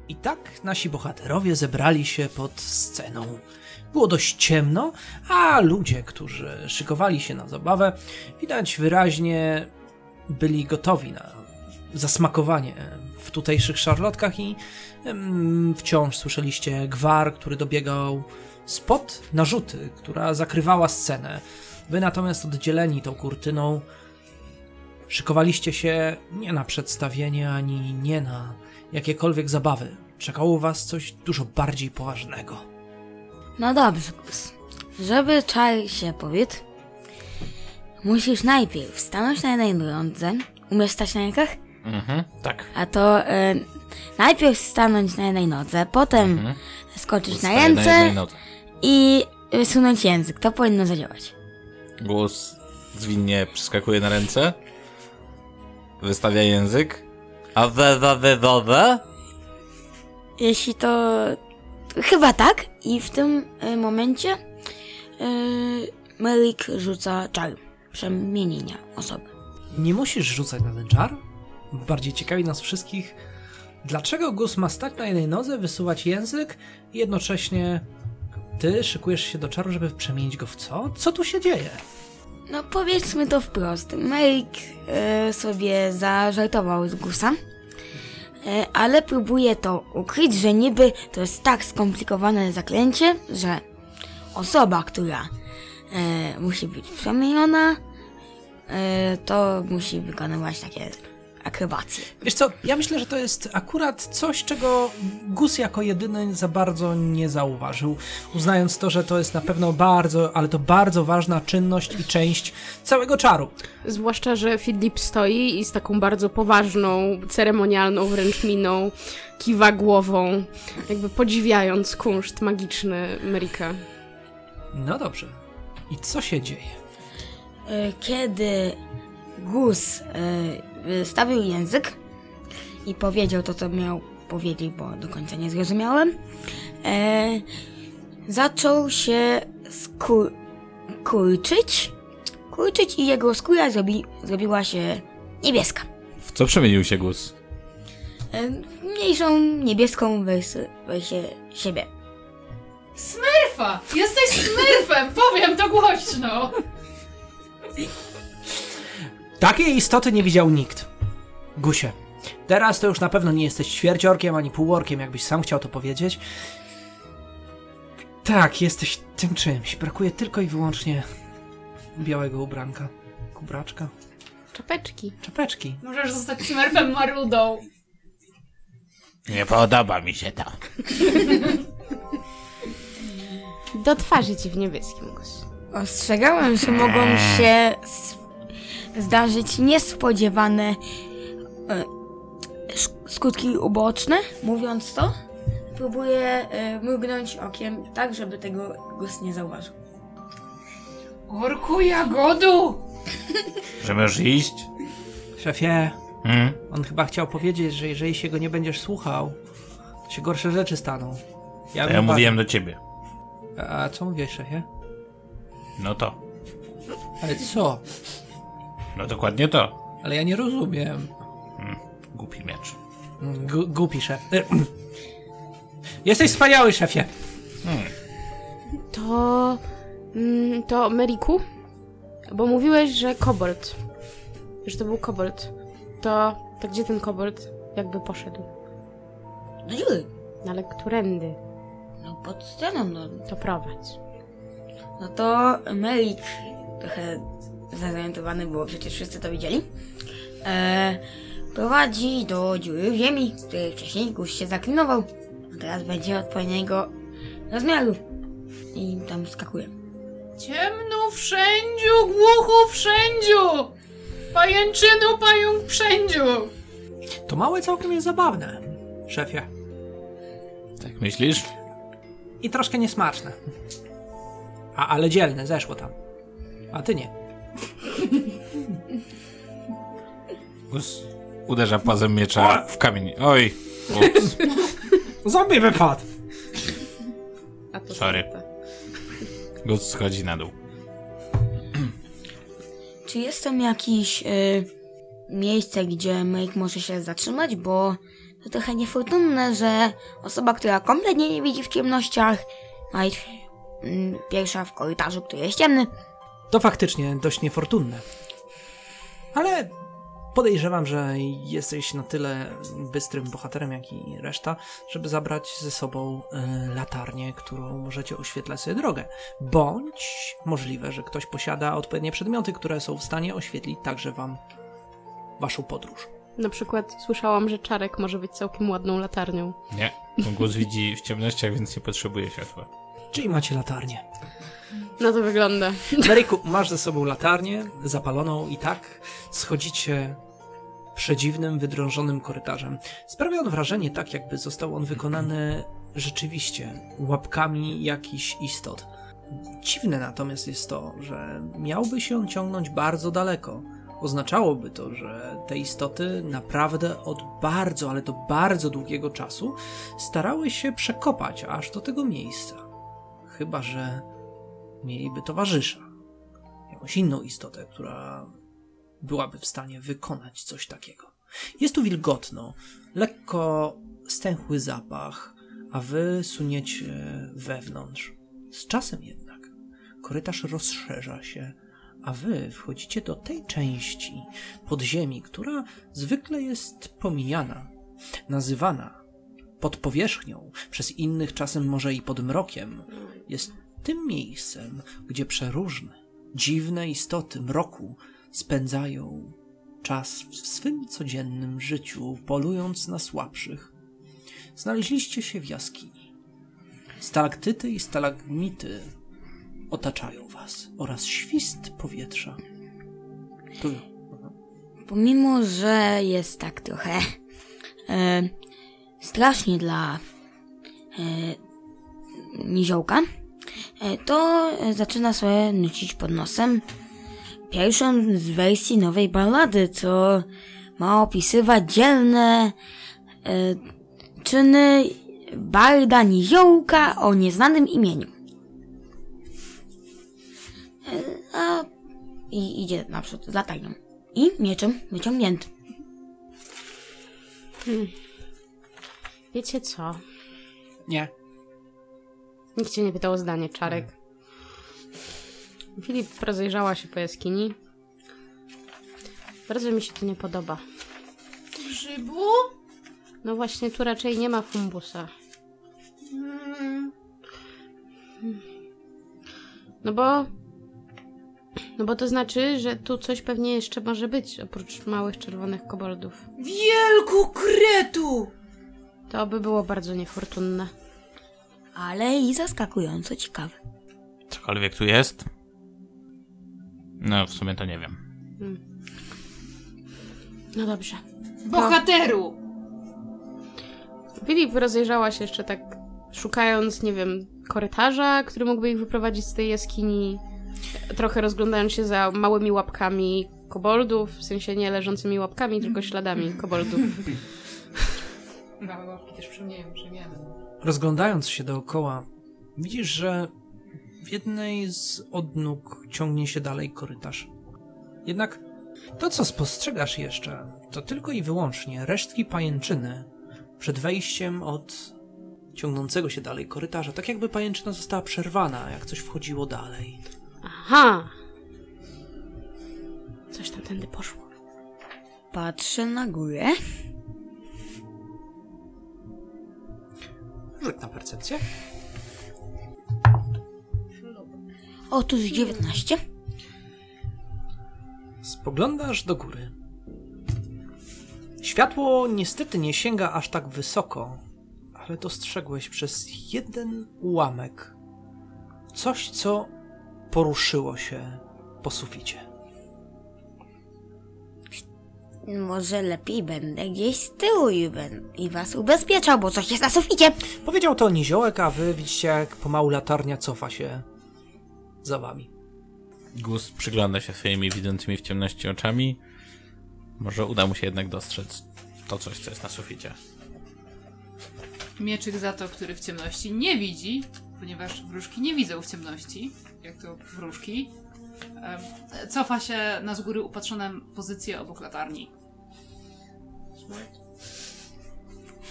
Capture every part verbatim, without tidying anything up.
I tak nasi bohaterowie zebrali się pod sceną. Było dość ciemno, a ludzie, którzy szykowali się na zabawę, widać wyraźnie byli gotowi na zasmakowanie w tutejszych szarlotkach i mm, wciąż słyszeliście gwar, który dobiegał spod narzuty, która zakrywała scenę. Wy natomiast oddzieleni tą kurtyną szykowaliście się nie na przedstawienie, ani nie na jakiekolwiek zabawy. Czekało was coś dużo bardziej poważnego. No dobrze, Gus. Żeby czar się powiódł, musisz najpierw stanąć na jednej nodze. Umiesz stać na rękach? Mhm, tak. A to e, najpierw stanąć na jednej nodze, potem Mhm. skoczyć na Staję ręce na jednej nodze. i wysunąć język. To powinno zadziałać. Głos zwinnie przeskakuje na ręce. Wystawia język. A we, we, we, we, we? Jeśli to... Chyba tak. I w tym e, momencie e, Melik rzuca czar przemienienia osoby. Nie musisz rzucać na ten czar. Bardziej ciekawi nas wszystkich, dlaczego Gus ma stać na jednej nodze, wysuwać język i jednocześnie ty szykujesz się do czaru, żeby przemienić go w co? Co tu się dzieje? No powiedzmy to wprost. Melik e, sobie zażartował z Gusa, e, ale próbuje to ukryć, że niby to jest tak skomplikowane zaklęcie, że osoba, która e, musi być przemieniona, e, to musi wykonywać takie akrobacje. Wiesz co, ja myślę, że to jest akurat coś, czego Gus jako jedyny za bardzo nie zauważył, uznając to, że to jest na pewno bardzo, ale to bardzo ważna czynność i część całego czaru. Zwłaszcza, że Fidlip stoi i z taką bardzo poważną, ceremonialną wręcz miną kiwa głową, jakby podziwiając kunszt magiczny Merika. No dobrze. I co się dzieje? E, Kiedy Gus e, wystawił język i powiedział to, co miał powiedzieć, bo do końca nie zrozumiałem, e, zaczął się skur- kurczyć, kurczyć i jego skóra zrobi- zrobiła się niebieska. W co przemienił się głos? E, w mniejszą niebieską wersję, wersję siebie. Smurfa! Jesteś smurfem! Powiem to głośno! Takiej istoty nie widział nikt. Gusie, teraz to już na pewno nie jesteś ćwierciorkiem ani półorkiem, jakbyś sam chciał to powiedzieć. Tak, jesteś tym czymś. Brakuje tylko i wyłącznie białego ubranka. Kubraczka. Czapeczki. Czapeczki. Możesz zostać smurfem marudą. Nie podoba mi się to. Do twarzy ci w niebieskim, Gus. Ostrzegałem, że mogą się s- zdarzyć niespodziewane e, sk- skutki uboczne. Mówiąc to, próbuję e, mrugnąć okiem tak, żeby tego Gus nie zauważył. Orku jagodu! Że możesz iść? Szefie, Hmm? on chyba chciał powiedzieć, że jeżeli się go nie będziesz słuchał, to się gorsze rzeczy staną. Ja, bym ja uważał. mówiłem do ciebie. A co mówiłeś, szefie? No to. Ale co? No dokładnie to. Ale ja nie rozumiem. Hmm. Głupi miecz. Gu- głupi szef. Jesteś wspaniały, szefie. Hmm. To... Mm, to Meriku? Bo mówiłeś, że kobold. Że to był kobold. To... To gdzie ten kobold jakby poszedł? Do dziury. No ale którędy? No pod sceną, no. To prowadź. No to Melik, trochę zorientowany było, przecież wszyscy to widzieli, e, prowadzi do dziury w ziemi, w której wcześniej Gus się zaklinował. A teraz będzie odpowiedniego rozmiaru. I tam skakuje. Ciemno wszędziu, głucho wszędziu! Pajęczynu pająk wszędziu! To małe całkiem jest zabawne, szefie. Tak myślisz? I troszkę niesmaczne. A, ale dzielne, zeszło tam. A ty nie. Gus uderza pazem miecza w kamień. Oj. Ups. Zombie wypadł! A to Sorry. Gus schodzi na dół. Czy jest tam jakieś e, miejsce, gdzie Melik może się zatrzymać, bo to trochę niefortunne, że osoba, która kompletnie nie widzi w ciemnościach, ma być mm, pierwsza w korytarzu, który jest ciemny. To faktycznie dość niefortunne. Ale podejrzewam, że jesteś na tyle bystrym bohaterem, jak i reszta, żeby zabrać ze sobą y, latarnię, którą możecie oświetlać sobie drogę. Bądź możliwe, że ktoś posiada odpowiednie przedmioty, które są w stanie oświetlić także wam waszą podróż. Na przykład słyszałam, że Czarek może być całkiem ładną latarnią. Nie, mój głos widzi w ciemnościach, więc nie potrzebuje światła. Czyli macie latarnię. No to wygląda. Maryku, masz ze sobą latarnię zapaloną i tak schodzicie przedziwnym, wydrążonym korytarzem. Sprawia on wrażenie tak, jakby został on wykonany rzeczywiście łapkami jakichś istot. Dziwne natomiast jest to, że miałby się on ciągnąć bardzo daleko. Oznaczałoby to, że te istoty naprawdę od bardzo, ale to bardzo długiego czasu starały się przekopać aż do tego miejsca. Chyba że mieliby towarzysza, jakąś inną istotę, która byłaby w stanie wykonać coś takiego. Jest tu wilgotno, lekko stęchły zapach, a wy suniecie wewnątrz. Z czasem jednak korytarz rozszerza się, a wy wchodzicie do tej części podziemi, która zwykle jest pomijana, nazywana pod powierzchnią, przez innych czasem może i pod mrokiem. Jest tym miejscem, gdzie przeróżne, dziwne istoty mroku spędzają czas w swym codziennym życiu, polując na słabszych. Znaleźliście się w jaskini. Stalaktyty i stalagmity otaczają was oraz świst powietrza. Tu. Pomimo, że jest tak trochę e, strasznie dla e, niziołka, e, to zaczyna sobie nucić pod nosem pierwszą z wersji nowej ballady, co ma opisywać dzielne e, czyny barda niziołka o nieznanym imieniu. E, a i idzie naprzód z latarnią i mieczem wyciągniętym. Hmm. Wiecie co? Nie. Nikt cię nie pytał o zdanie, Czarek. Filip rozejrzała się po jaskini. Bardzo mi się to nie podoba. Grzybu? No właśnie, tu raczej nie ma funbusa. Mm. No bo... No bo to znaczy, że tu coś pewnie jeszcze może być, oprócz małych czerwonych koboldów. Wielku kretu! To by było bardzo niefortunne. Ale i zaskakująco ciekawe. Cokolwiek tu jest? No, w sumie to nie wiem. No dobrze. Bohateru! Filip rozejrzała się jeszcze tak, szukając, nie wiem, korytarza, który mógłby ich wyprowadzić z tej jaskini. Trochę rozglądając się za małymi łapkami koboldów, w sensie nie leżącymi łapkami, tylko śladami koboldów. Małe łapki też przemieniają, przemiany. Rozglądając się dookoła, widzisz, że w jednej z odnóg ciągnie się dalej korytarz. Jednak to, co spostrzegasz jeszcze, to tylko i wyłącznie resztki pajęczyny przed wejściem od ciągnącego się dalej korytarza. Tak jakby pajęczyna została przerwana, jak coś wchodziło dalej. Aha! Coś tam tędy poszło. Patrzę na górę. Rzut na percepcję. Otóż dziewiętnaście. Spoglądasz do góry. Światło niestety nie sięga aż tak wysoko, ale dostrzegłeś przez jeden ułamek coś, co poruszyło się po suficie. Może lepiej będę gdzieś z tyłu i, ben- i was ubezpieczał, bo coś jest na suficie. Powiedział to niziołek, a wy widzicie, jak pomału latarnia cofa się za wami. Gus przygląda się swoimi widzącymi w ciemności oczami. Może uda mu się jednak dostrzec to coś, co jest na suficie. Mieczyk za to, który w ciemności nie widzi, ponieważ wróżki nie widzą w ciemności, jak to wróżki, em, cofa się na z góry upatrzone pozycje obok latarni.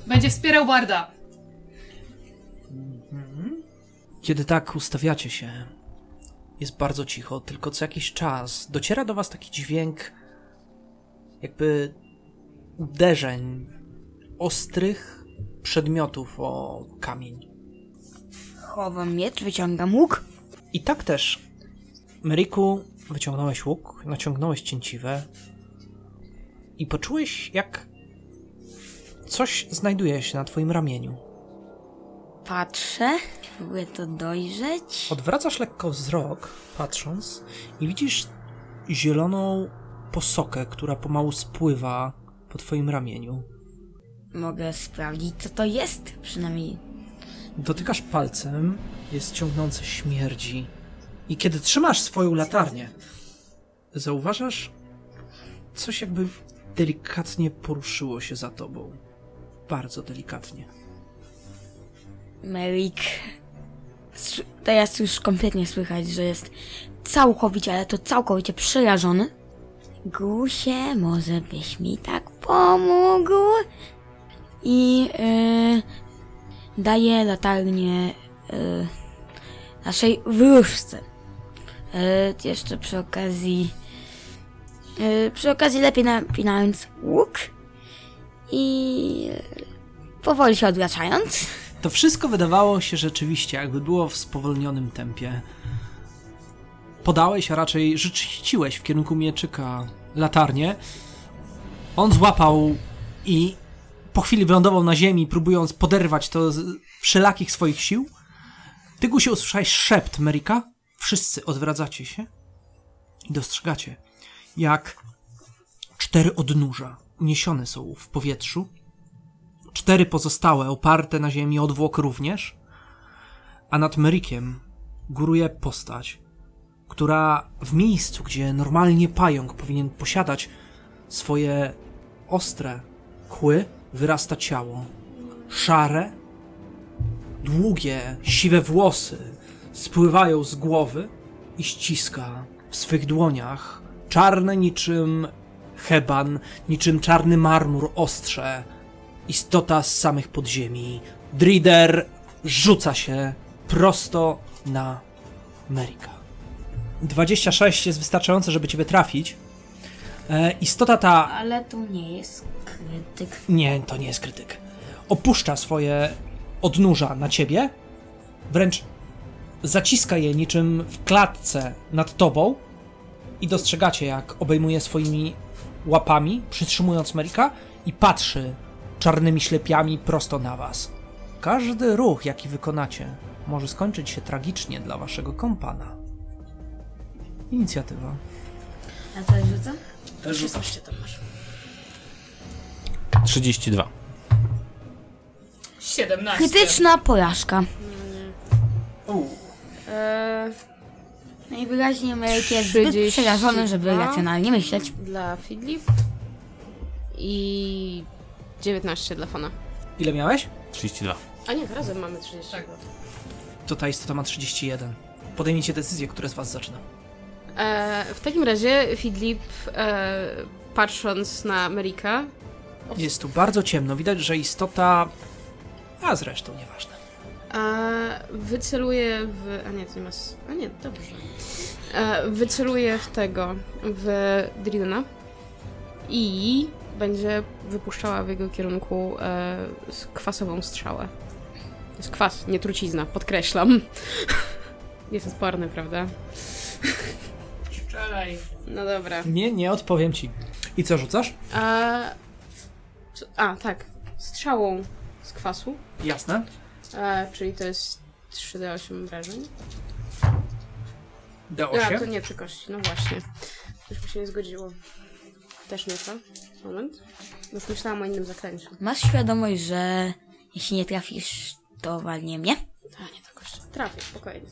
Będzie wspierał Barda. Kiedy tak ustawiacie się, jest bardzo cicho, tylko co jakiś czas dociera do was taki dźwięk jakby uderzeń ostrych przedmiotów o kamień. Chowam miecz, wyciągam łuk. I tak też, Meriku, wyciągnąłeś łuk, naciągnąłeś cięciwę i poczułeś, jak coś znajduje się na twoim ramieniu. Patrzę, próbuję to dojrzeć. Odwracasz lekko wzrok, patrząc, i widzisz zieloną posokę, która pomału spływa po twoim ramieniu. Mogę sprawdzić, co to jest, przynajmniej. Dotykasz palcem, jest ciągnące śmierdzi. I kiedy trzymasz swoją latarnię, zauważasz coś, jakby delikatnie poruszyło się za tobą. Bardzo delikatnie. Merik. S- Teraz już kompletnie słychać, że jest całkowicie, ale to całkowicie przerażony. Gusie, może byś mi tak pomógł? I yy, daje latarnię yy, naszej wróżce. Yy, jeszcze przy okazji yy, przy okazji lepiej napinając łuk i yy, powoli się odwracając. To wszystko wydawało się rzeczywiście, jakby było w spowolnionym tempie. Podałeś, a raczej rzuciłeś w kierunku mieczyka latarnię. On złapał i po chwili wylądował na ziemi, próbując poderwać to z wszelakich swoich sił. Ty, Gusiu, usłyszałeś szept Merika. Wszyscy odwracacie się i dostrzegacie, jak cztery odnóża uniesione są w powietrzu. Cztery pozostałe, oparte na ziemi, odwłok również, a nad Merikiem góruje postać, która w miejscu, gdzie normalnie pająk powinien posiadać swoje ostre kły, wyrasta ciało. Szare, długie, siwe włosy spływają z głowy i ściska w swych dłoniach czarne niczym heban, niczym czarny marmur ostrze. Istota z samych podziemi. Drider rzuca się prosto na Merika. dwadzieścia sześć jest wystarczające, żeby ciebie trafić. E, istota ta... Ale to nie jest krytyk. Nie, to nie jest krytyk. Opuszcza swoje odnóża na ciebie. Wręcz zaciska je niczym w klatce nad tobą. I dostrzegacie, jak obejmuje swoimi łapami, przytrzymując Merika i patrzy czarnymi ślepiami prosto na was. Każdy ruch, jaki wykonacie, może skończyć się tragicznie dla waszego kompana. Inicjatywa. A to rzucam? szesnaście tam masz. trzydzieści dwa. siedemnaście. Krytyczna porażka. Eee, Najwyraźniej Merik jest zbyt trzydzieści przerażony, żeby dwa. racjonalnie myśleć. Dla Fidlip i dziewiętnaście dla Fona. Ile miałeś? trzydzieści dwa. A nie, razem mamy trzydzieści dwa. Tak. To ta istota ma trzydzieści jeden. Podejmijcie decyzję, które z was zaczyna. Eee, w takim razie Fidlip, e, patrząc na Merika, Jest tu bardzo ciemno. Widać, że istota... A zresztą, nieważne. a wyceluje w... A nie, to nie ma... s- A nie, dobrze. E, wyceluje w tego, w Dridena i będzie wypuszczała w jego kierunku e, s- kwasową strzałę. To jest kwas, nie trucizna, podkreślam. Jest odporny, prawda? Strzelaj. No dobra. Nie, nie odpowiem ci. I co rzucasz? A, co, a tak. Strzałą z kwasu, Jasne. e, czyli to jest trzy d osiem obrażeń. D A, osiem. to nie trzy kości, no właśnie. Już mi się nie zgodziło. Też nie to. Moment. Już myślałam o innym zaklęciu. Masz świadomość, że jeśli nie trafisz, to walnie mnie? A, nie to kości. Trafię, spokojnie.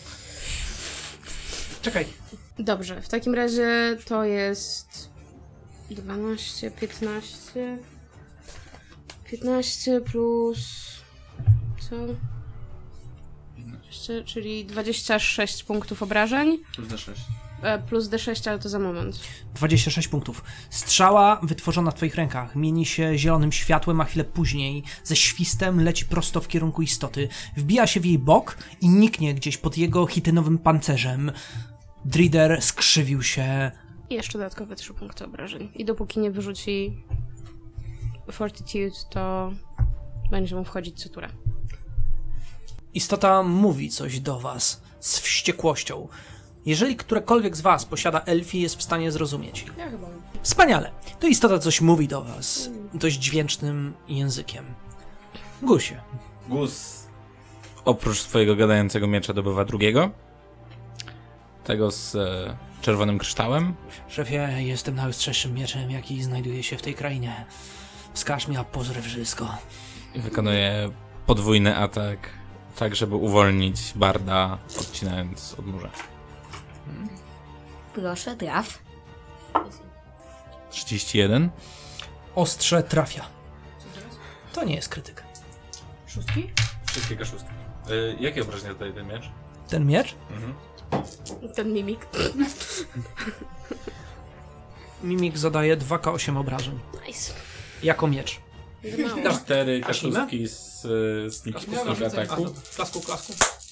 Czekaj. Dobrze, w takim razie to jest dwanaście, piętnaście. piętnaście plus... co? Jeszcze, czyli dwadzieścia sześć punktów obrażeń. Plus D sześć. E, plus D sześć, ale to za moment. dwadzieścia sześć punktów. Strzała wytworzona w twoich rękach mieni się zielonym światłem, a chwilę później ze świstem leci prosto w kierunku istoty. Wbija się w jej bok i niknie gdzieś pod jego chitynowym pancerzem. Drider skrzywił się. I jeszcze dodatkowe trzy punkty obrażeń. I dopóki nie wyrzuci Fortitude, to będzie mu wchodzić co turę. Istota mówi coś do was z wściekłością. Jeżeli którekolwiek z was posiada elfi, jest w stanie zrozumieć. Ja chyba. Wspaniale. To istota coś mówi do was dość dźwięcznym językiem. Gusie. Gus oprócz swojego gadającego miecza dobywa drugiego. Tego z e, czerwonym kryształem. Szefie, jestem najostrzejszym mieczem, jaki znajduje się w tej krainie. Wskaż mi, a pozrę wszystko. I wykonuje podwójny atak, tak żeby uwolnić barda, odcinając odnóża. Proszę, traf. trzydzieści jeden. Ostrze trafia. To nie jest krytyk. Szóstki? Wszystkie kaszusty. Y, jakie obrażenia zadaje ten miecz? Ten miecz? Mhm. Ten mimik. Mimik zadaje dwa K osiem obrażeń. Nice. Jako miecz. Za mało. Cztery Kaszimę? kaszustki z y, sneak, sneak ataku. Klasku, klasku.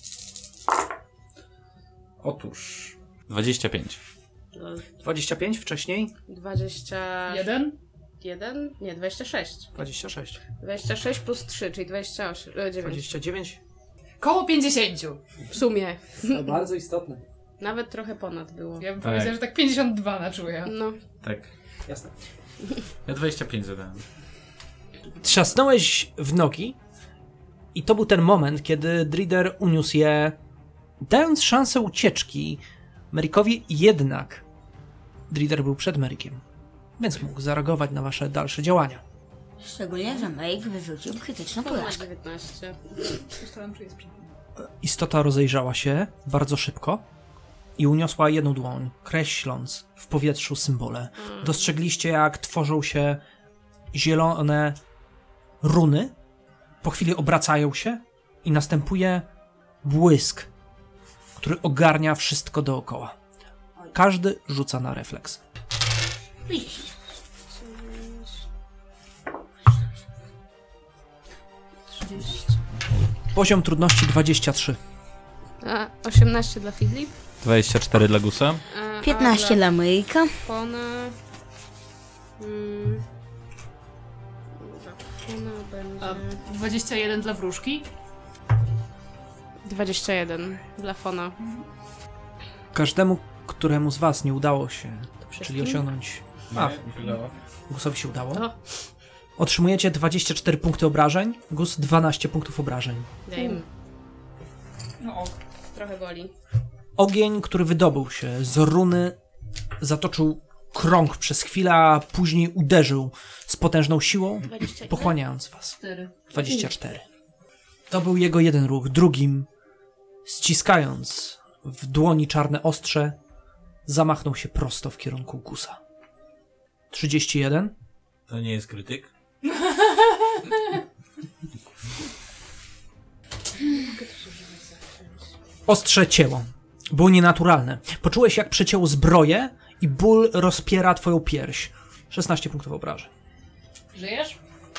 Otóż dwadzieścia pięć. dwadzieścia pięć wcześniej? dwadzieścia Jeden? jeden? Nie, dwadzieścia sześć. dwadzieścia sześć. dwadzieścia sześć plus trzy, czyli dwadzieścia osiem, e, dziewięć. dwadzieścia dziewięć. Koło pięćdziesięciu. W sumie. To bardzo istotne. Nawet trochę ponad było. Ja bym Tak. powiedziała, że tak pięćdziesiąt dwa na czuję. No. Tak. Jasne. Ja dwadzieścia pięć zadałem. Trzasnąłeś w nogi i to był ten moment, kiedy Drider uniósł je, dając szansę ucieczki Merrickowi, jednak Drider był przed Merrickiem, więc mógł zareagować na wasze dalsze działania. Szczególnie, że Merrick wyrzucił krytyczną Ponad porażkę. dziewiętnaście. Ustalam, czy jest pięknie. Istota rozejrzała się bardzo szybko i uniosła jedną dłoń, kreśląc w powietrzu symbole. Dostrzegliście, jak tworzą się zielone runy, po chwili obracają się i następuje błysk, który ogarnia wszystko dookoła. Każdy rzuca na refleks. Widzisz. trzydzieści. Poziom trudności dwadzieścia trzy. A, osiemnaście dla Fidli. dwadzieścia cztery dla Gusa. A, piętnaście a dla Merricka. Fona... Mm, dla Fona będzie... A dwadzieścia jeden dla wróżki. dwadzieścia jeden dla Fona. Każdemu, któremu z was nie udało się, wszystkim? czyli osiągnąć... A, Nie, Gusowi się udało. O. Otrzymujecie dwadzieścia cztery punkty obrażeń, Gus dwanaście punktów obrażeń. Daj mu. No ok. Trochę boli. Ogień, który wydobył się z runy, zatoczył krąg przez chwilę, a później uderzył z potężną siłą, dwadzieścia pochłaniając was. cztery. dwadzieścia cztery. To był jego jeden ruch. Drugim, ściskając w dłoni czarne ostrze, zamachnął się prosto w kierunku Gusa. trzydzieści jeden. To nie jest krytyk? Ostrze cięło. Było nienaturalne. Poczułeś, jak przecięło zbroję i ból rozpiera twoją pierś. szesnaście punktów obrażeń. Żyjesz?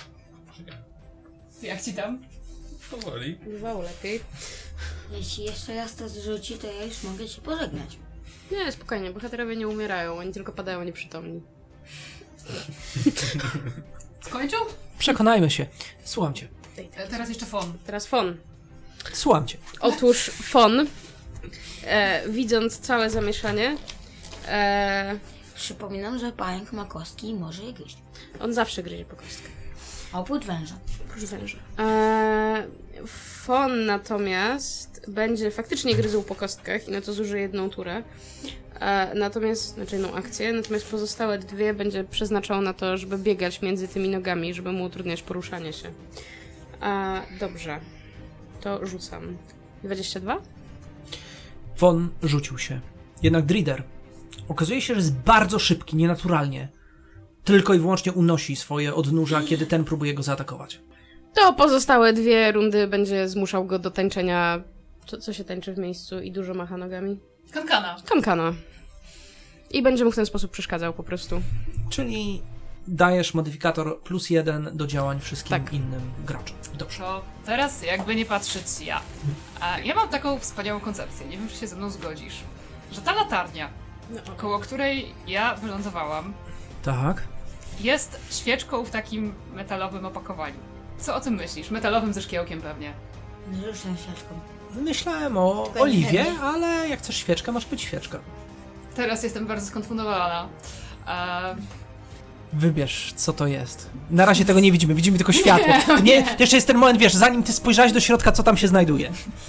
Jak ci tam? Powoli. Bywało lepiej. Jeśli jeszcze raz to zrzuci, to ja już mogę ci pożegnać. Nie, spokojnie, bohaterowie nie umierają, oni tylko padają nieprzytomni. Skończył? Przekonajmy się. Słucham cię. E, teraz jeszcze fon. Teraz Fon. Słucham cię. Otóż Fon, e, widząc całe zamieszanie, e, Przypominam, że pająk ma kostki i może je gryźć. on zawsze gryzie po kostkę. Oprócz węża. Oprócz węża. E, Fon natomiast będzie faktycznie gryzł po kostkach i na to zużyje jedną turę. E, natomiast, znaczy jedną akcję, natomiast pozostałe dwie będzie przeznaczał na to, żeby biegać między tymi nogami, żeby mu utrudniać poruszanie się. E, dobrze. To rzucam. dwadzieścia dwa? Von rzucił się. Jednak Drider okazuje się, że jest bardzo szybki, nienaturalnie. Tylko i wyłącznie unosi swoje odnóża, kiedy ten próbuje go zaatakować. To pozostałe dwie rundy będzie zmuszał go do tańczenia. Co, co się tańczy w miejscu i dużo macha nogami? Kankana. Kankana. I będzie mu w ten sposób przeszkadzał po prostu. Czyli dajesz modyfikator plus jeden do działań wszystkim Tak. innym graczom. Dobrze. To teraz jakby nie patrzeć ja. A ja mam taką wspaniałą koncepcję, nie wiem czy się ze mną zgodzisz, że ta latarnia, koło której ja wylądowałam, Tak. jest świeczką w takim metalowym opakowaniu. Co o tym myślisz? Metalowym ze szkiełkiem pewnie. Rzucę świeczką. Myślałem o Tylko nie oliwie, chemii. ale jak chcesz świeczkę, masz być świeczka. Teraz jestem bardzo skonfundowana. Eee, Wybierz, co to jest. Na razie tego nie widzimy, widzimy tylko światło. Nie, nie. To jeszcze jest ten moment, wiesz, zanim ty spojrzałeś do środka, co tam się znajduje.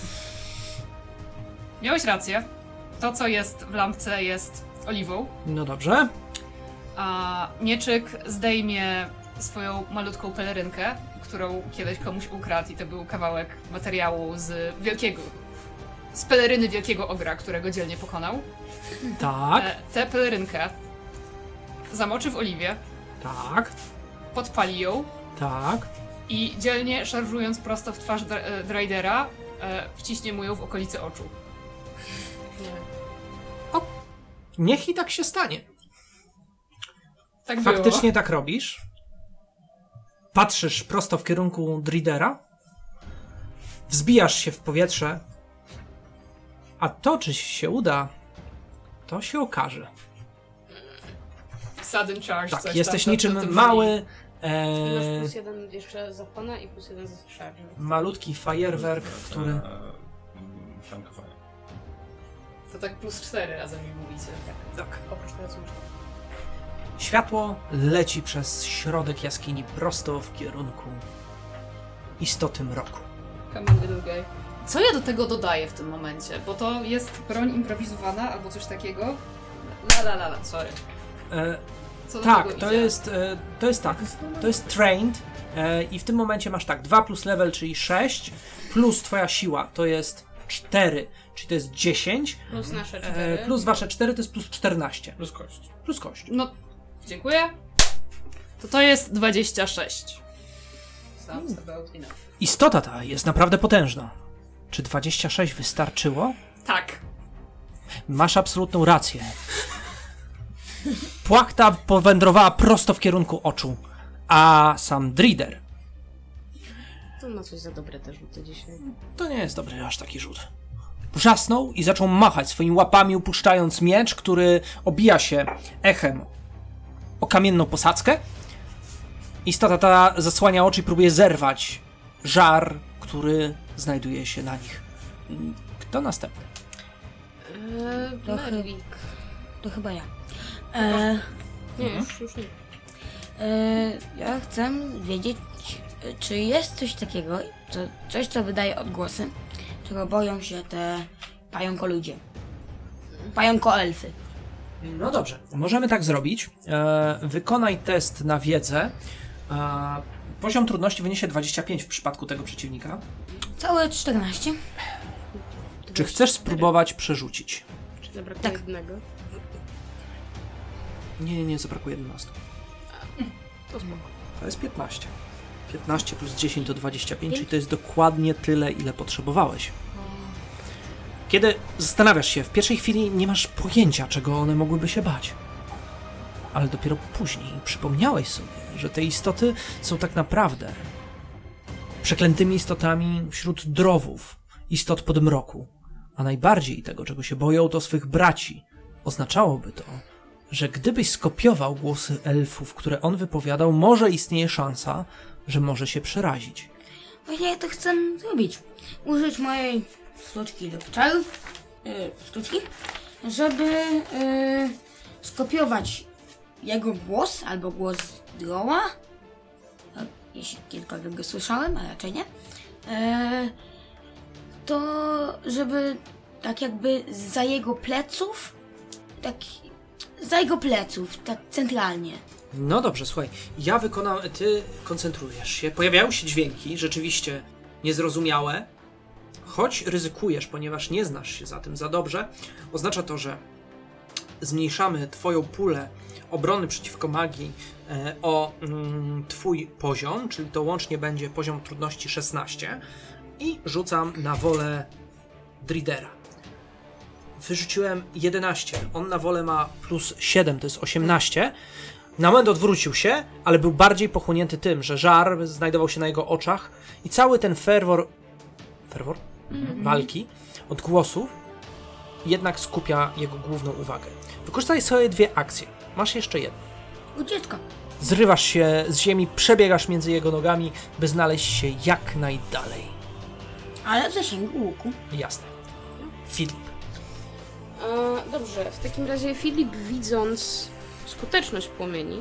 miałeś rację. To, co jest w lampce, jest oliwą. No dobrze. A mieczyk zdejmie swoją malutką pelerynkę, którą kiedyś komuś ukradł i to był kawałek materiału z wielkiego, z peleryny wielkiego ogra, którego dzielnie pokonał. Tak, E, tę pelerynkę zamoczy w oliwie, tak, podpali ją tak. i dzielnie szarżując prosto w twarz dra- e, Dridera, e, wciśnie mu ją w okolicy oczu. Niech i tak się stanie. Tak było. Faktycznie tak robisz. Patrzysz prosto w kierunku Dridera. Wzbijasz się w powietrze. A to, czy się uda, to się okaże. Sudden charge. Tak, coś jesteś tam, to- niczym to- to brzmi. mały, Masz e, plus jeden jeszcze zapłona i plus jeden za szarżę. malutki fajerwerk, który... Eee, flankowanie. To tak plus cztery razem mi mówicie. Tak. Oprócz tego, co masz. Światło leci przez środek jaskini prosto w kierunku istoty mroku. Come on, little guy. Co ja do tego dodaję w tym momencie? Bo to jest broń improwizowana albo coś takiego. La la la la, sorry. E, Co do tak, tego to idzie? jest, e, to jest tak. To jest trained e, i w tym momencie masz tak, dwa plus level, czyli sześć, plus twoja siła to jest cztery, czyli to jest dziesięć, Plus nasze e, cztery. plus wasze cztery to jest plus czternaście. Plus kość. Plus kość. No, dziękuję. To to jest dwadzieścia sześć. Sounds about enough. Istota ta jest naprawdę potężna. Czy dwadzieścia sześć wystarczyło? Tak. Masz absolutną rację. Płachta powędrowała prosto w kierunku oczu, a sam Drider To ma coś za dobre te rzuty dzisiaj. to nie jest dobry aż taki rzut. Wrzasnął i zaczął machać swoimi łapami, upuszczając miecz, który obija się echem o kamienną posadzkę. Istota ta zasłania oczy i próbuje zerwać żar, który znajduje się na nich. Kto następny? Eee, To, chy- Merwik. to chyba ja. E, Nie, już, już nie. e, ja chcę wiedzieć, e, czy jest coś takiego, co, coś co wydaje odgłosy, czego boją się te pająko-ludzie. Pająko-elfy. No dobrze, możemy tak zrobić. E, wykonaj test na wiedzę. E, poziom trudności wyniesie dwadzieścia pięć w przypadku tego przeciwnika. Całe czternaście. Czy chcesz spróbować przerzucić? Czy zabrakło Tak. jednego? Nie, nie, nie, zabrakuje jedenaście. To spoko. To jest piętnaście. piętnaście plus dziesięć to dwadzieścia pięć, czyli to jest dokładnie tyle, ile potrzebowałeś. Kiedy zastanawiasz się, w pierwszej chwili nie masz pojęcia, czego one mogłyby się bać. Ale dopiero później przypomniałeś sobie, że te istoty są tak naprawdę przeklętymi istotami wśród drowów, istot podmroku. A najbardziej tego, czego się boją, to swych braci. Oznaczałoby to, że gdybyś skopiował głosy elfów, które on wypowiadał, może istnieje szansa, że może się przerazić. Właśnie ja to chcę zrobić. Użyć mojej sztuczki do czarów, yy, sztuczki, żeby yy, skopiować jego głos albo głos Droła, e, jeśli kiedykolwiek go słyszałem, a raczej nie, e, to żeby tak jakby za jego pleców, tak za jego pleców, tak centralnie. No dobrze, słuchaj, ja wykonam, ty koncentrujesz się, pojawiają się dźwięki, rzeczywiście niezrozumiałe, choć ryzykujesz, ponieważ nie znasz się za tym za dobrze, oznacza to, że zmniejszamy twoją pulę obrony przeciwko magii e, o mm, twój poziom, czyli to łącznie będzie poziom trudności szesnaście i rzucam na wolę Dridera. wyrzuciłem jedenaście. On na wolę ma plus siedem, to jest osiemnaście. Na moment odwrócił się, ale był bardziej pochłonięty tym, że żar znajdował się na jego oczach i cały ten ferwor... Ferwor? Mhm. Walki, odgłosów, jednak skupia jego główną uwagę. Wykorzystaj sobie dwie akcje. Masz jeszcze jedną. Ucieczka. Zrywasz się z ziemi, przebiegasz między jego nogami, by znaleźć się jak najdalej. Ale w zasięgu łuku. Jasne. Filip. E, dobrze, w takim razie Filip, widząc skuteczność płomieni...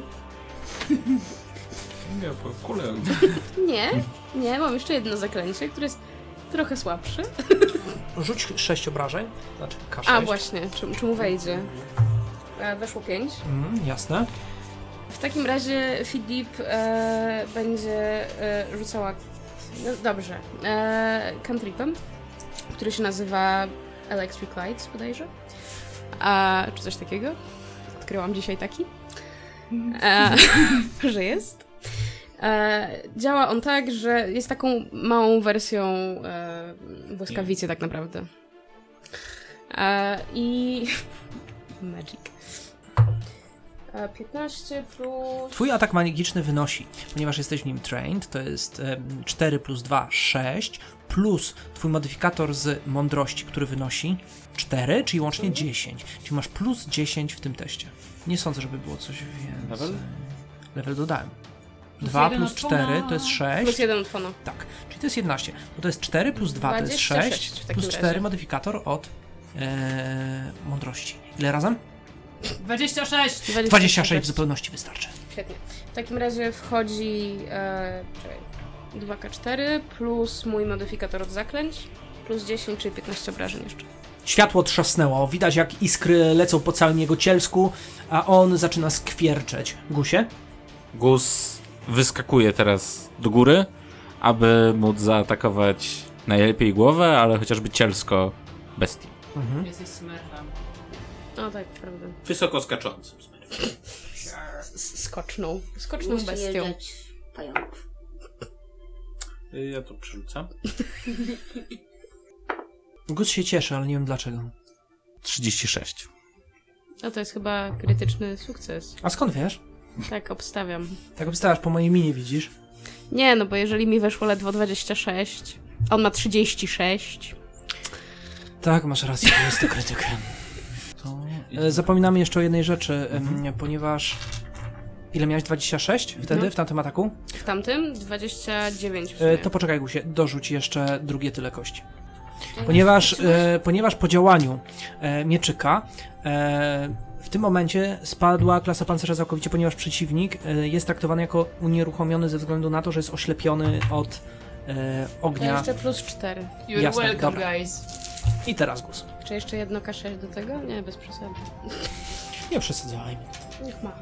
Nie, po kulę. Nie, nie, mam jeszcze jedno zaklęcie, które jest trochę słabsze. Rzuć sześć obrażeń. Znaczy K sześć. A, właśnie, czy, czy mu wejdzie? E, weszło pięć. Mm, jasne. W takim razie Filip e, będzie e, rzucała... No, dobrze. E, cantripem, który się nazywa Electric Lights bodajże. A, czy coś takiego? Odkryłam dzisiaj taki. E, że jest. E, działa on tak, że jest taką małą wersją e, błyskawicy tak naprawdę. E, I... Magic. E, piętnaście plus... Twój atak magiczny wynosi, ponieważ jesteś w nim trained, to jest em, cztery plus dwa, sześć, plus twój modyfikator z mądrości, który wynosi cztery, czyli łącznie dziesięć. Czyli masz plus dziesięć w tym teście. Nie sądzę, żeby było coś więcej. Level? Level dodałem. Plus dwa jeden plus od Fona. cztery to jest sześć. Plus jeden od Fona. Tak, czyli to jest jedenaście. Bo to jest cztery plus dwa to jest dwadzieścia sześć sześć, w takim plus razie. cztery modyfikator od e, mądrości. Ile razem? dwadzieścia sześć! dwadzieścia sześć w zupełności wystarczy. Świetnie. W takim razie wchodzi e, czekaj, dwa K cztery plus mój modyfikator od zaklęć, plus dziesięć, czyli piętnaście obrażeń jeszcze. Światło trzasnęło, widać jak iskry lecą po całym jego cielsku, a on zaczyna skwierczeć. Gusie? Gus wyskakuje teraz do góry, aby móc zaatakować najlepiej głowę, ale chociażby cielsko bestii. Mhm. Jesteś smurfem. O tak, prawda. Wysoko skaczącym. S- Skoczną. Skoczną Muszę bestią. jeżdżać pająków. Ja to przerzucam. Gus się cieszy, ale nie wiem dlaczego. trzydzieści sześć. No to jest chyba krytyczny sukces. A skąd wiesz? Tak, obstawiam. Tak obstawiasz, po mojej minie widzisz. Nie, no bo jeżeli mi weszło ledwo dwadzieścia sześć, on ma trzydzieści sześć. Tak, masz rację, to jest to krytyk. To... E, Zapominamy jeszcze o jednej rzeczy, em, ponieważ... Ile miałeś? dwadzieścia sześć wtedy, Mhm. w tamtym ataku? W tamtym dwadzieścia dziewięć w E, sumie. to poczekaj, Gusie, dorzuć jeszcze drugie tyle kości. Ponieważ, e, ponieważ po działaniu e, mieczyka e, w tym momencie spadła klasa pancerza całkowicie, ponieważ przeciwnik e, jest traktowany jako unieruchomiony ze względu na to, że jest oślepiony od e, To ognia. jeszcze plus cztery. You're Jasne, welcome, dobra. guys. I teraz Gus. Czy jeszcze jedno K sześć do tego? Nie, bez przesady. Nie przesadzajmy. Niech ma.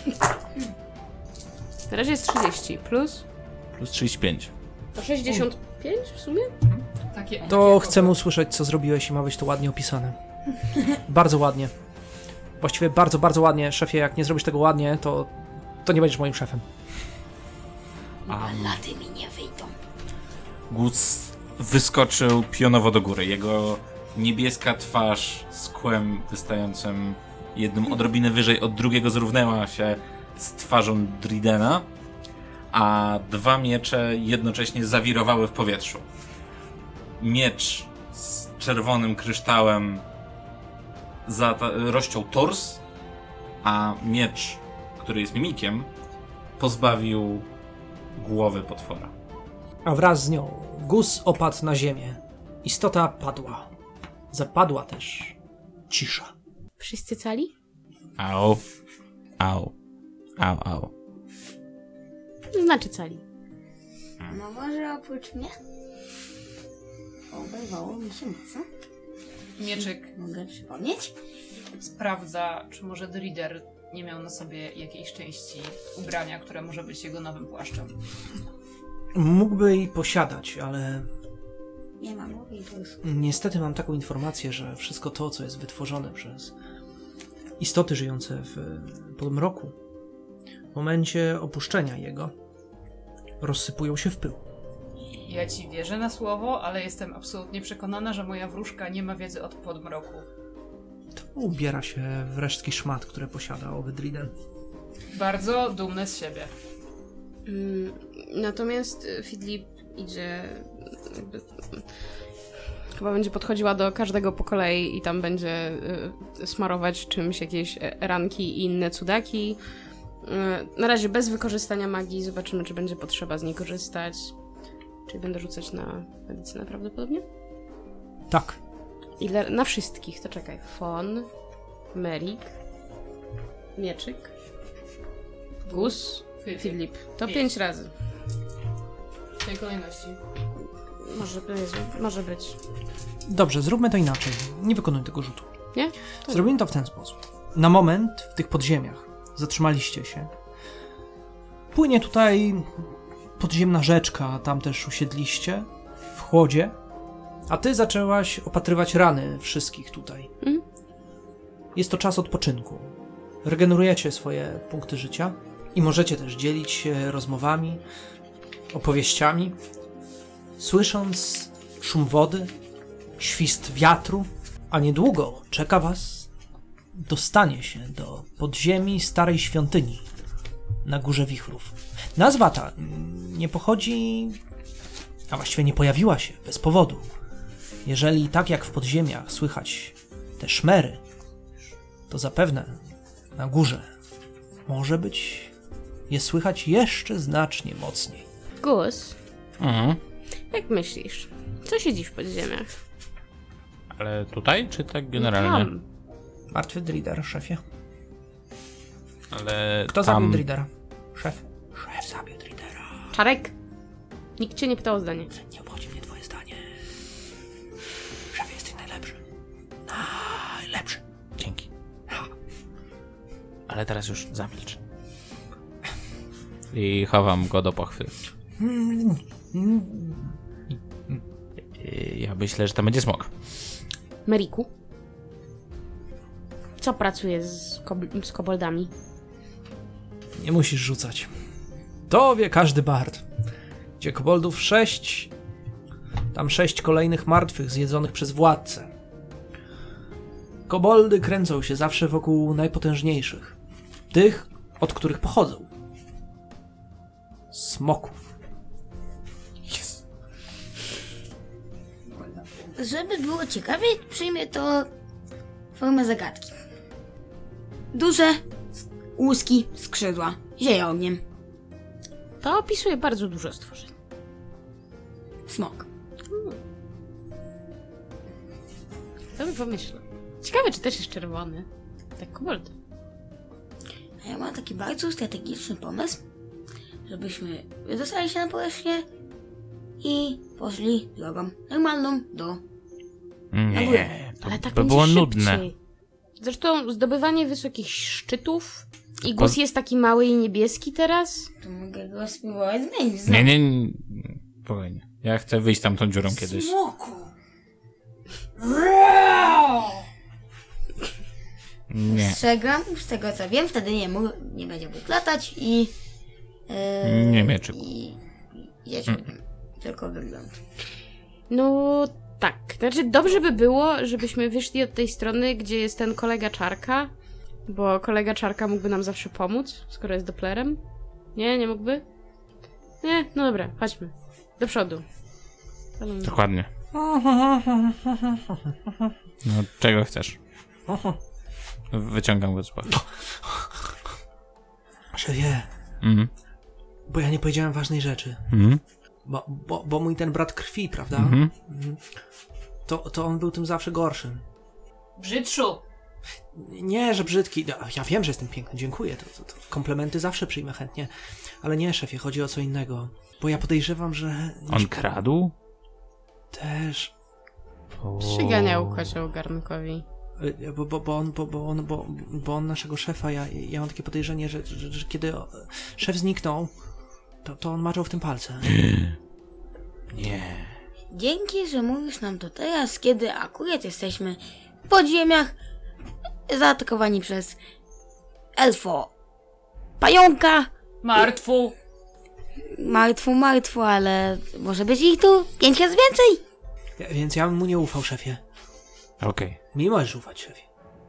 Na razie jest trzydzieści plus Plus trzydzieści pięć. to sześćdziesiąt pięć w sumie? Takie, To takie chcemy usłyszeć, co zrobiłeś i ma być to ładnie opisane. Bardzo ładnie. Właściwie bardzo, bardzo ładnie. Szefie, jak nie zrobisz tego ładnie, to, to nie będziesz moim szefem. Um, Lady mi nie wyjdą. Gus wyskoczył pionowo do góry. Jego niebieska twarz z kłem wystającym jednym odrobinę wyżej od drugiego zrównała się z twarzą Dridena, a dwa miecze jednocześnie zawirowały w powietrzu. Miecz z czerwonym kryształem zata- rozciął tors, a miecz, który jest mimikiem, pozbawił głowy potwora. A wraz z nią Gus opadł na ziemię. Istota padła. Zapadła też cisza. Wszyscy cali? Au. Au. Au, au. Znaczy cali. No może oprócz mnie? Obejrzało mi się co? Mieczyk Mogę przypomnieć? sprawdza, czy może Drider nie miał na sobie jakiejś części ubrania, które może być jego nowym płaszczem. Mógłby jej posiadać, ale Nie mam głowy i to już. niestety mam taką informację, że wszystko to, co jest wytworzone przez istoty żyjące w podmroku, w momencie opuszczenia jego, rozsypują się w pył. Ja ci wierzę na słowo, ale jestem absolutnie przekonana, że moja wróżka nie ma wiedzy od podmroku. To ubiera się w resztki szmat, które posiada owy Driden. Bardzo dumny z siebie. Mm, natomiast y, Fidlip idzie jakby, chyba będzie podchodziła do każdego po kolei i tam będzie y, smarować czymś jakieś ranki i inne cudaki. Y, na razie bez wykorzystania magii, zobaczymy, czy będzie potrzeba z niej korzystać. Czyli będę rzucać na medycynę prawdopodobnie? Tak. Ile? Na wszystkich, to czekaj. Fon, Merik, Mieczyk, Gus, Fidlip. To Pięć. pięć razy. W tej kolejności. Może, Jezu, może być. Dobrze, zróbmy to inaczej. Nie wykonuj tego rzutu. Nie? To Zrobimy to w ten sposób. Na moment w tych podziemiach zatrzymaliście się. Płynie tutaj podziemna rzeczka, tam też usiedliście w chłodzie, a ty zaczęłaś opatrywać rany wszystkich tutaj. Mhm. Jest to czas odpoczynku. Regenerujecie swoje punkty życia i możecie też dzielić się rozmowami, opowieściami, słysząc szum wody, świst wiatru, a niedługo czeka was dostanie się do podziemi starej świątyni na Górze Wichrów. Nazwa ta nie pochodzi, a właściwie nie pojawiła się bez powodu. Jeżeli tak jak w podziemiach słychać te szmery, to zapewne na górze może być je słychać jeszcze znacznie mocniej. Gus, Mhm. jak myślisz? Co siedzi w podziemiach? Ale tutaj, czy tak No generalnie? tam. Martwy Drider, szefie. Ale Kto tam... zabił Dridera? Szef. Szef zabił Dridera. Czarek? Nikt cię nie pytał o zdanie. Nie obchodzi mnie twoje zdanie. Szefie, jesteś najlepszy. Najlepszy. Dzięki. Ale teraz już zamilcz. I chowam go do pochwy. Y, Ja myślę, że to będzie smok. Meriku? Co pracuje z, kob- z koboldami? Nie musisz rzucać. To wie każdy bard. Gdzie koboldów sześć, tam sześć kolejnych martwych zjedzonych przez władcę. Koboldy kręcą się zawsze wokół najpotężniejszych. Tych, od których pochodzą. Smoków. Yes. Żeby było ciekawiej, przyjmie to formę zagadki. Duże sk- łuski, skrzydła, zieje ogniem, To opisuje bardzo dużo stworzeń. smok. To bym pomyślał. Ciekawe, czy też jest czerwony. Tak kobold. A ja mam taki bardzo strategiczny pomysł, żebyśmy wydostali się na powierzchnię i poszli drogą normalną do... Nie, to Ale tak by będzie było szybciej. nudne. Zresztą zdobywanie wysokich szczytów i Po- Gus jest taki mały i niebieski teraz. To mogę go spróbować zmienić. Nie, nie, nie. Spokojnie. Ja chcę wyjść tam tą dziurą kiedyś. Smoku! Nie. Strzegam, z tego co wiem, wtedy nie, mógł, nie będzie mógł latać i... Yy, Nie mieczyk. I... i jeździł, tylko wygląd. No tak. Znaczy dobrze by było, żebyśmy wyszli od tej strony, gdzie jest ten kolega Czarka. Bo kolega Czarka mógłby nam zawsze pomóc, skoro jest Dopplerem. Nie, nie mógłby? Nie, no dobra, chodźmy. Do przodu. Dokładnie. No, czego chcesz? Wyciągam go z pochwy. Szefie, Mhm. bo ja nie powiedziałem ważnej rzeczy. Mhm. Bo, bo, bo mój ten brat krwi, prawda? Mhm. Mhm. To, to on był tym zawsze gorszym. Brzydszu! Nie, że brzydki. No, ja wiem, że jestem piękny, dziękuję. To, to, to komplementy zawsze przyjmę chętnie. Ale nie, szefie, chodzi o co innego. Bo ja podejrzewam, że... On kradł? Też. Przyganiał kocioł garnkowi. Y, Bo, bo, bo, on, bo, bo, on, bo, bo on naszego szefa, ja, ja mam takie podejrzenie, że, że, że kiedy o, szef zniknął, to, to on maczał w tym palce. Nie. Dzięki, że mówisz nam to teraz, kiedy akurat jesteśmy w podziemiach zaatakowani przez elfo pająka. Martwu! Martwu, martwu, ale może być ich tu pięć razy więcej. Ja, więc ja bym mu nie ufał, szefie. Okej. Mi możesz ufać, szefie.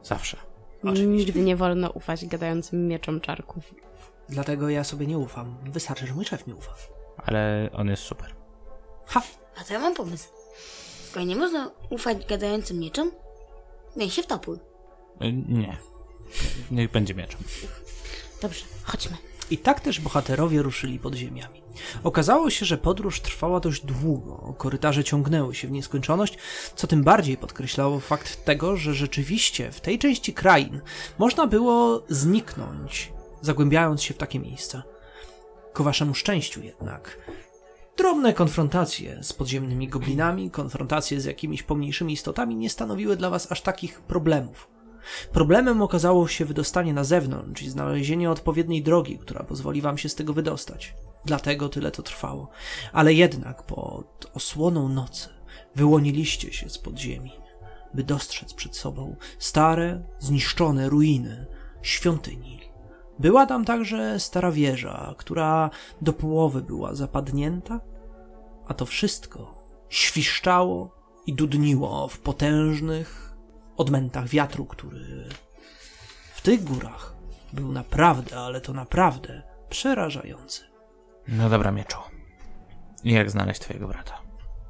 Zawsze. Nigdy nie wolno ufać gadającym mieczom czarków. Dlatego ja sobie nie ufam. Wystarczy, że mój szef mi ufa. Ale on jest super. Ha! A to ja mam pomysł. Skoro nie można ufać gadającym mieczom, miej się w topór. Y, Nie. Niech będzie mieczem. Dobrze, chodźmy. I tak też bohaterowie ruszyli podziemiami. Okazało się, że podróż trwała dość długo, korytarze ciągnęły się w nieskończoność, co tym bardziej podkreślało fakt tego, że rzeczywiście w tej części krain można było zniknąć, zagłębiając się w takie miejsca. Ku waszemu szczęściu jednak drobne konfrontacje z podziemnymi goblinami, konfrontacje z jakimiś pomniejszymi istotami nie stanowiły dla was aż takich problemów. Problemem okazało się wydostanie na zewnątrz i znalezienie odpowiedniej drogi, która pozwoli wam się z tego wydostać. Dlatego tyle to trwało. Ale jednak pod osłoną nocy wyłoniliście się z podziemi, by dostrzec przed sobą stare, zniszczone ruiny świątyni. Była tam także stara wieża, która do połowy była zapadnięta, a to wszystko świszczało i dudniło w potężnych odmętach wiatru, który w tych górach był naprawdę, ale to naprawdę przerażający. No dobra, mieczu. Jak znaleźć twojego brata?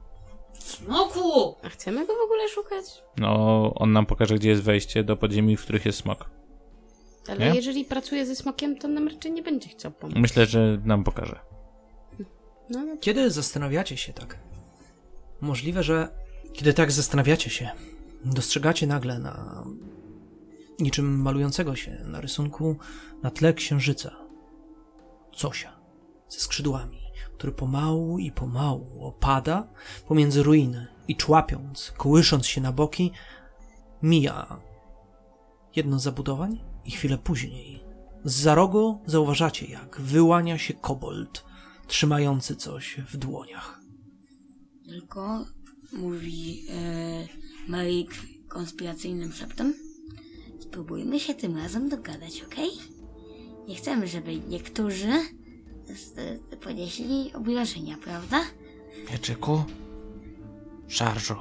Smoku! A chcemy go w ogóle szukać? No, on nam pokaże, gdzie jest wejście do podziemi, w których jest smok. Ale Nie? jeżeli pracuje ze smokiem, to nam raczej nie będzie chciał pomóc. Myślę, że nam pokaże. No, no, Kiedy zastanawiacie się tak? Możliwe, że kiedy tak zastanawiacie się, dostrzegacie nagle na niczym malującego się na rysunku na tle księżyca Cosia ze skrzydłami, który pomału i pomału opada pomiędzy ruiny i człapiąc, kołysząc się na boki, mija jedno z zabudowań i chwilę później zza rogu zauważacie, jak wyłania się kobold trzymający coś w dłoniach. Tylko mówi e, Merik konspiracyjnym szeptem. Spróbujmy się tym razem dogadać, okej? Nie chcemy, żeby niektórzy z, z, ponieśli obrażenia, prawda? Mieczyku? Szarżu.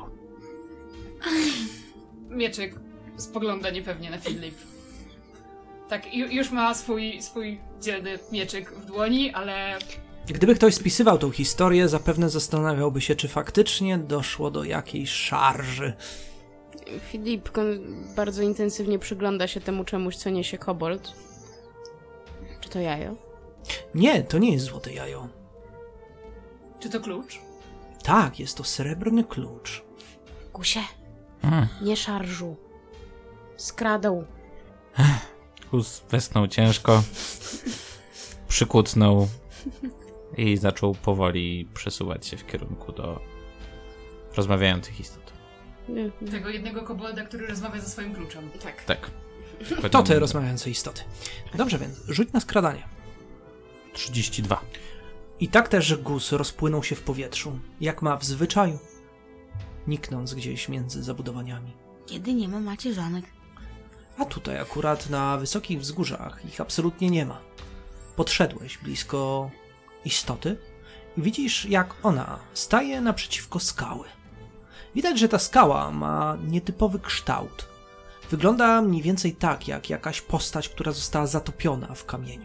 Mieczyk spogląda niepewnie na Filip. Tak, ju- już ma swój, swój dzielny mieczyk w dłoni, ale Gdyby ktoś spisywał tą historię, zapewne zastanawiałby się, czy faktycznie doszło do jakiejś szarży. Filip kon- bardzo intensywnie przygląda się temu czemuś, co niesie kobold. Czy to jajo? Nie, to nie jest złote jajo. czy to klucz? Tak, jest to srebrny klucz. Gusie, Hmm. nie szarżu. Skradał. Kus westchnął ciężko, przykucnął i zaczął powoli przesuwać się w kierunku do rozmawiających istot. Nie, nie. Tego jednego kobolda, który rozmawia ze swoim kluczem. Tak. Tak. To te rozmawiające istoty. Dobrze więc, rzuć na skradanie. trzydzieści dwa. I tak też Gus rozpłynął się w powietrzu, jak ma w zwyczaju, niknąc gdzieś między zabudowaniami. Kiedy nie ma macierzanek. A tutaj akurat na wysokich wzgórzach ich absolutnie nie ma. Podszedłeś blisko istoty i widzisz, jak ona staje naprzeciwko skały. Widać, że ta skała ma nietypowy kształt. Wygląda mniej więcej tak, jak jakaś postać, która została zatopiona w kamieniu.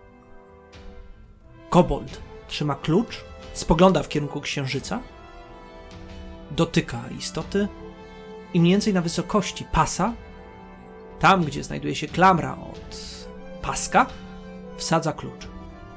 Kobold trzyma klucz, spogląda w kierunku księżyca, dotyka istoty i mniej więcej na wysokości pasa, tam gdzie znajduje się klamra od paska, wsadza klucz.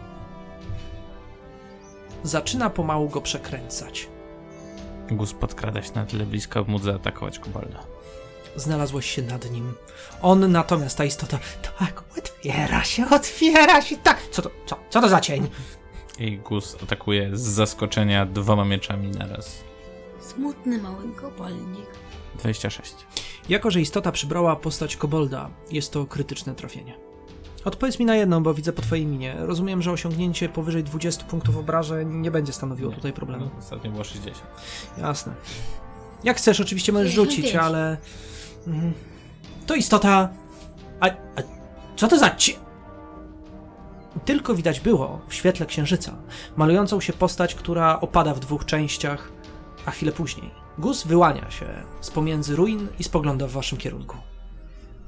Zaczyna pomału go przekręcać. Gus podkrada się na tyle blisko, by móc zaatakować kobolda. Znalazłeś się nad nim. On natomiast, ta istota, tak, otwiera się, otwiera się, tak. Co to, co, co to za cień? I Gus atakuje z zaskoczenia dwoma mieczami naraz. Smutny mały kobolnik. dwadzieścia sześć. Jako że istota przybrała postać kobolda, jest to krytyczne trafienie. Odpowiedz mi na jedno, bo widzę po twojej minie. Rozumiem, że osiągnięcie powyżej dwudziestu punktów obrażeń nie będzie stanowiło tutaj problemu. No, ostatnio było sześćdziesiąt. Jasne. Jak chcesz, oczywiście możesz sześćdziesiąt rzucić, pięć. ale... Mhm. To istota... A, a co to za ci... Tylko widać było w świetle księżyca malującą się postać, która opada w dwóch częściach, a chwilę później Gus wyłania się z pomiędzy ruin i spogląda w waszym kierunku.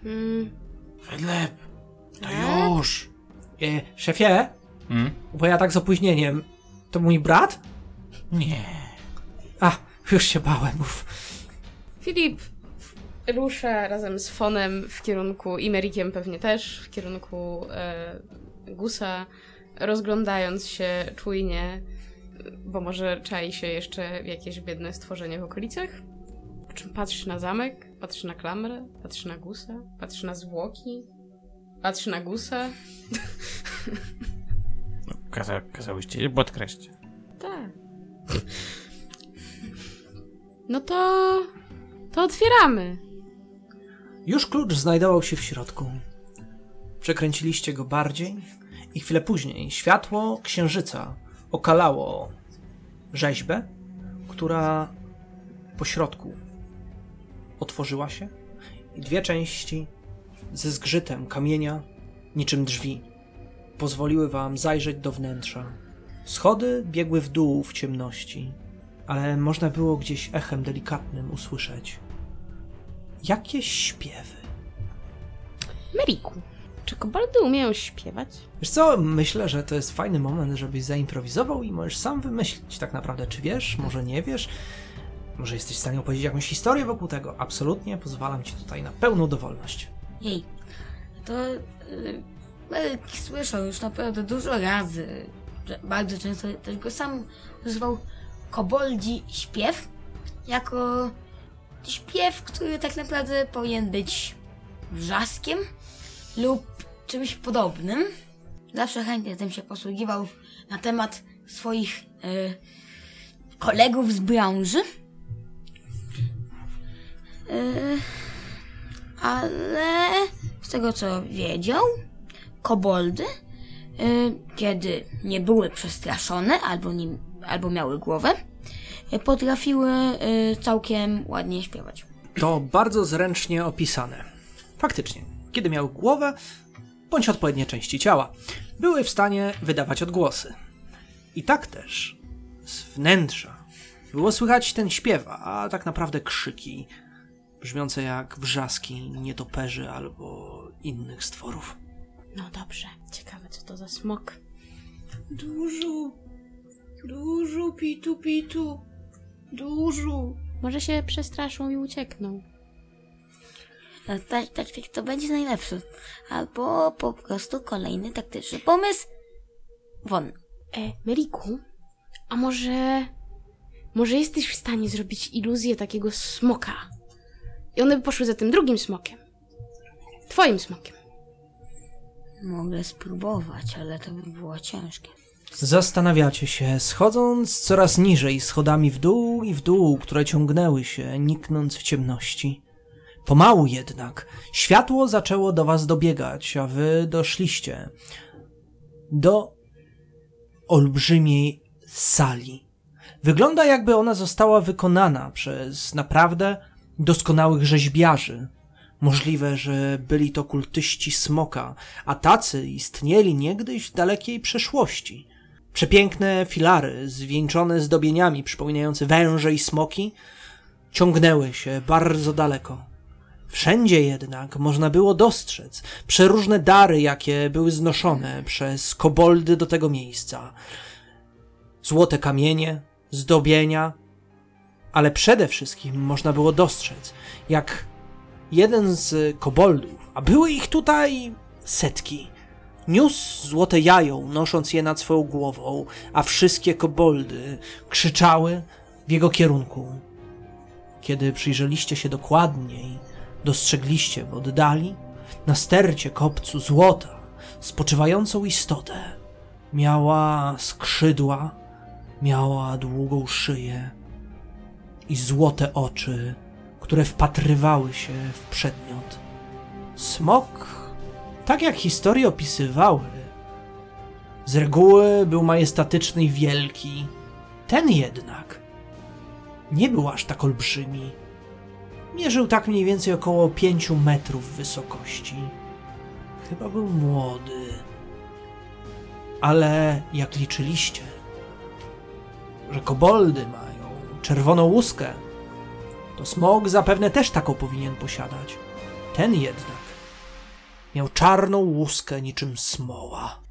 Mm, Filip, to Tak? już. E, szefie, Hmm? bo ja tak z opóźnieniem. To mój brat? Nie. A, już się bałem, mów. Filip rusza razem z Fonem w kierunku, i Merikiem pewnie też, w kierunku e, Gusa, rozglądając się czujnie, bo może czai się jeszcze jakieś biedne stworzenie w okolicach. Po czym patrzy na zamek, patrzy na klamrę, patrzy na Gusa, patrzy na zwłoki, patrzy na Gusa. No, kaza, kazałyście je podkreślić. Tak. No to... to otwieramy. Już klucz znajdował się w środku. Przekręciliście go bardziej i chwilę później światło księżyca okalało rzeźbę, która po środku otworzyła się i dwie części ze zgrzytem kamienia, niczym drzwi, pozwoliły wam zajrzeć do wnętrza. Schody biegły w dół w ciemności, ale można było gdzieś echem delikatnym usłyszeć jakieś śpiewy. Meriku, czy koboldy umieją śpiewać? Wiesz co, myślę, że to jest fajny moment, żebyś zaimprowizował i możesz sam wymyślić tak naprawdę, czy wiesz, może nie wiesz, może jesteś w stanie opowiedzieć jakąś historię wokół tego. Absolutnie, pozwalam ci tutaj na pełną dowolność. Jej, to y, Meryk słyszał już naprawdę dużo razy, że bardzo często też go sam używał koboldzi śpiew, jako śpiew, który tak naprawdę powinien być wrzaskiem lub czymś podobnym. Zawsze chętnie tym się posługiwał na temat swoich y, kolegów z branży. Y, ale z tego co wiedział, koboldy, y, kiedy nie były przestraszone albo, nie, albo miały głowę, y, potrafiły y, całkiem ładnie śpiewać. To bardzo zręcznie opisane. Faktycznie, kiedy miały głowę, bądź odpowiednie części ciała, były w stanie wydawać odgłosy. I tak też z wnętrza było słychać ten śpiew, a tak naprawdę krzyki, brzmiące jak wrzaski nietoperzy albo innych stworów. No dobrze, ciekawe co to za smok. Dużo, dużo pitu pitu, dużo. Może się przestraszą i uciekną. Tak, tak, tak, tak, to będzie najlepszy. Albo po prostu kolejny taktyczny pomysł. Won. E, Meriku, a może... może jesteś w stanie zrobić iluzję takiego smoka? I one by poszły za tym drugim smokiem. Twoim smokiem. Mogę spróbować, ale to by było ciężkie. Zastanawiacie się, schodząc coraz niżej schodami w dół i w dół, które ciągnęły się, niknąc w ciemności. Pomału jednak światło zaczęło do was dobiegać, a wy doszliście do olbrzymiej sali. Wygląda, jakby ona została wykonana przez naprawdę doskonałych rzeźbiarzy. Możliwe, że byli to kultyści smoka, a tacy istnieli niegdyś w dalekiej przeszłości. Przepiękne filary, zwieńczone zdobieniami przypominające węże i smoki, ciągnęły się bardzo daleko. Wszędzie jednak można było dostrzec przeróżne dary, jakie były znoszone przez koboldy do tego miejsca. Złote kamienie, zdobienia, ale przede wszystkim można było dostrzec, jak jeden z koboldów, a były ich tutaj setki, niósł złote jajo, nosząc je nad swoją głową, a wszystkie koboldy krzyczały w jego kierunku. Kiedy przyjrzeliście się dokładniej, dostrzegliście w oddali, na stercie kopcu złota, spoczywającą istotę. Miała skrzydła, miała długą szyję i złote oczy, które wpatrywały się w przedmiot. Smok, tak jak historie opisywały, z reguły był majestatyczny i wielki. Ten jednak nie był aż tak olbrzymi. Mierzył tak mniej więcej około pięciu metrów wysokości. Chyba był młody. Ale jak liczyliście, że koboldy mają czerwoną łuskę, to smok zapewne też taką powinien posiadać. Ten jednak Miał czarną łuskę niczym smoła.